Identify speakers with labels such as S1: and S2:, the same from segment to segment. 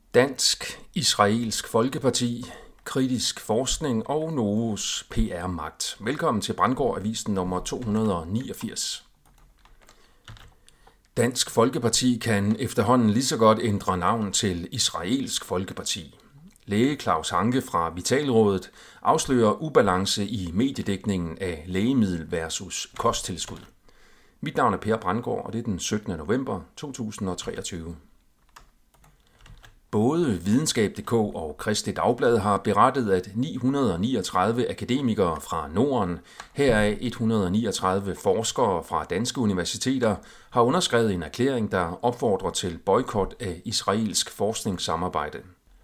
S1: Dansk-Israelsk Folkeparti, kritisk forskning og Novos PR-magt. Velkommen til Brandgård Avisen nummer 289. Dansk Folkeparti kan efterhånden lige så godt ændre navn til Israelsk Folkeparti. Læge Claus Hanke fra Vitalrådet afslører ubalance i mediedækningen af lægemiddel versus kosttilskud. Mit navn er Per Brandgård, og det er den 17. november 2023. Både Videnskab.dk og Kristeligt Dagblad har berettet, at 939 akademikere fra Norden, heraf 139 forskere fra danske universiteter, har underskrevet en erklæring, der opfordrer til boykot af israelsk forskningssamarbejde.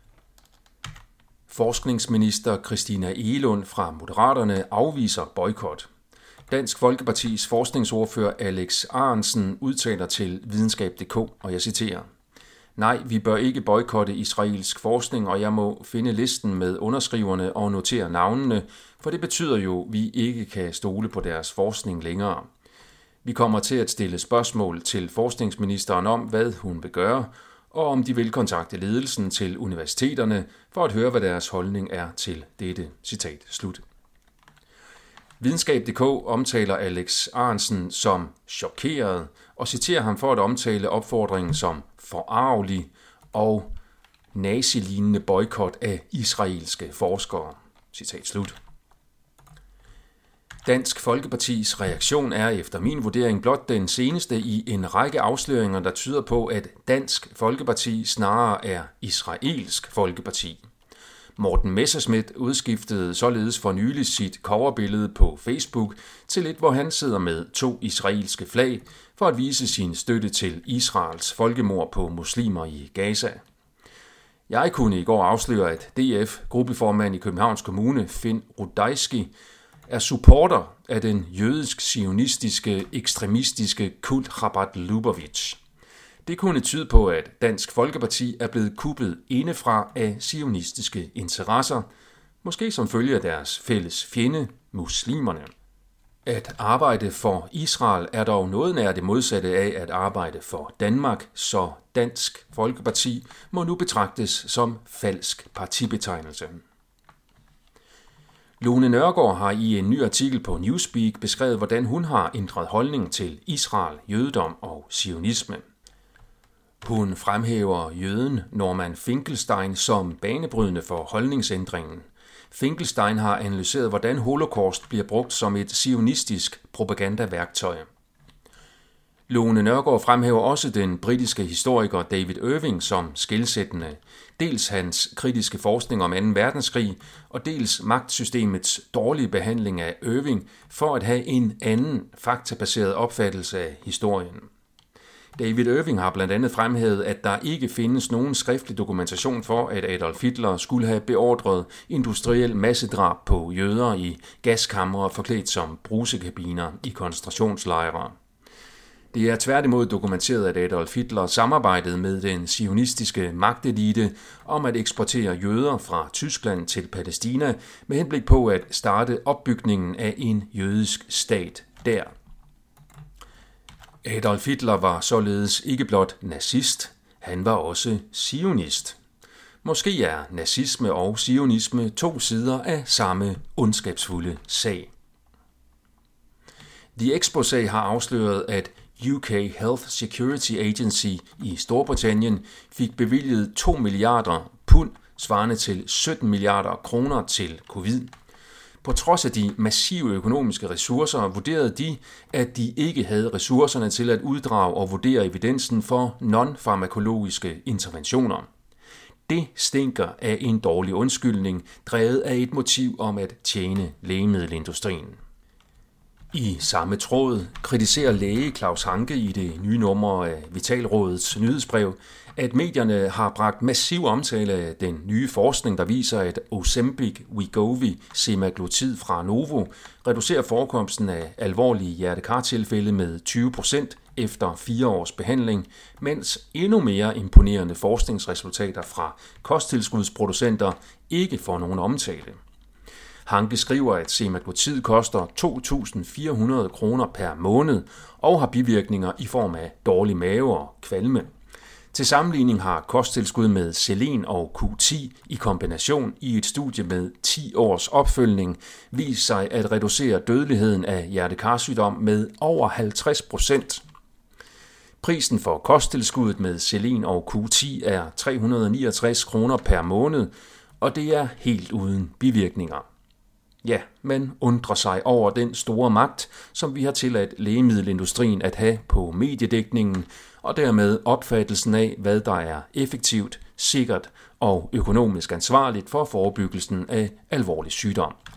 S1: Forskningsminister Christina Egelund fra Moderaterne afviser boykot. Dansk Folkepartis forskningsordfører Alex Ahrendtsen udtaler til Videnskab.dk, og jeg citerer: "Nej, vi bør ikke boykotte israelsk forskning, og jeg må finde listen med underskriverne og notere navnene, for det betyder jo, at vi ikke kan stole på deres forskning længere. Vi kommer til at stille spørgsmål til forskningsministeren om, hvad hun vil gøre, og om de vil kontakte ledelsen til universiteterne for at høre, hvad deres holdning er til dette." Citat slut. Videnskab.dk omtaler Alex Ahrendtsen som chokeret og citerer ham for at omtale opfordringen som forarvelig og nazilignende boykot af israelske forskere. Citat slut. Dansk Folkepartis reaktion er efter min vurdering blot den seneste i en række afsløringer, der tyder på, at Dansk Folkeparti snarere er Israelsk Folkeparti. Morten Messerschmidt udskiftede således for nylig sit coverbillede på Facebook til et, hvor han sidder med 2 israelske flag for at vise sin støtte til Israels folkemord på muslimer i Gaza. Jeg kunne i går afsløre, at DF-gruppeformand i Københavns Kommune, Finn Rudajski, er supporter af den jødisk-sionistiske ekstremistiske kult Chabad Lubavitch. Det kunne tyde på, at Dansk Folkeparti er blevet kuppet indefra af sionistiske interesser, måske som følge af deres fælles fjende, muslimerne. At arbejde for Israel er dog noget nær det modsatte af at arbejde for Danmark, så Dansk Folkeparti må nu betragtes som falsk partibetegnelse. Lone Nørgaard har i en ny artikel på Newspeak beskrevet, hvordan hun har ændret holdning til Israel, jødedom og zionisme. Hun fremhæver jøden Norman Finkelstein som banebrydende for holdningsændringen. Finkelstein har analyseret, hvordan holocaust bliver brugt som et zionistisk propagandaværktøj. Lone Nørgaard fremhæver også den britiske historiker David Irving som skelsættende. Dels hans kritiske forskning om 2. verdenskrig, og dels magtsystemets dårlige behandling af Irving for at have en anden faktabaseret opfattelse af historien. David Irving har blandt andet fremhævet, at der ikke findes nogen skriftlig dokumentation for, at Adolf Hitler skulle have beordret industriel massedrab på jøder i gaskamre forklædt som brusekabiner i koncentrationslejre. Det er tværtimod dokumenteret, at Adolf Hitler samarbejdede med den zionistiske magtelite om at eksportere jøder fra Tyskland til Palæstina med henblik på at starte opbygningen af en jødisk stat der. Adolf Hitler var således ikke blot nazist, han var også zionist. Måske er nazisme og zionisme 2 sider af samme ondskabsfulde sag. The Expo-sag har afsløret, at UK Health Security Agency i Storbritannien fik bevilget 2 milliarder pund, svarende til 17 milliarder kroner til covid. På trods af de massive økonomiske ressourcer vurderede de, at de ikke havde ressourcerne til at uddrage og vurdere evidensen for non-farmakologiske interventioner. Det stinker af en dårlig undskyldning, drevet af et motiv om at tjene lægemiddelindustrien. I samme tråd kritiserer læge Claus Hanke i det nye nummer af Vitalrådets nyhedsbrev, at medierne har bragt massiv omtale af den nye forskning, der viser, at Ozempic, Wegovy, semaglutid fra Novo reducerer forekomsten af alvorlige hjertekartilfælde med 20% efter 4 års behandling, mens endnu mere imponerende forskningsresultater fra kosttilskudsproducenter ikke får nogen omtale. Hanke skriver, at semaglutid koster 2.400 kroner per måned og har bivirkninger i form af dårlig mave og kvalme. Til sammenligning har kosttilskud med selen og Q10 i kombination i et studie med 10 års opfølgning vist sig at reducere dødeligheden af hjertekarsygdom med over 50%. Prisen for kosttilskuddet med selen og Q10 er 369 kroner per måned, og det er helt uden bivirkninger. Ja, man undrer sig over den store magt, som vi har tilladt lægemiddelindustrien at have på mediedækningen, og dermed opfattelsen af, hvad der er effektivt, sikkert og økonomisk ansvarligt for forebyggelsen af alvorlig sygdom.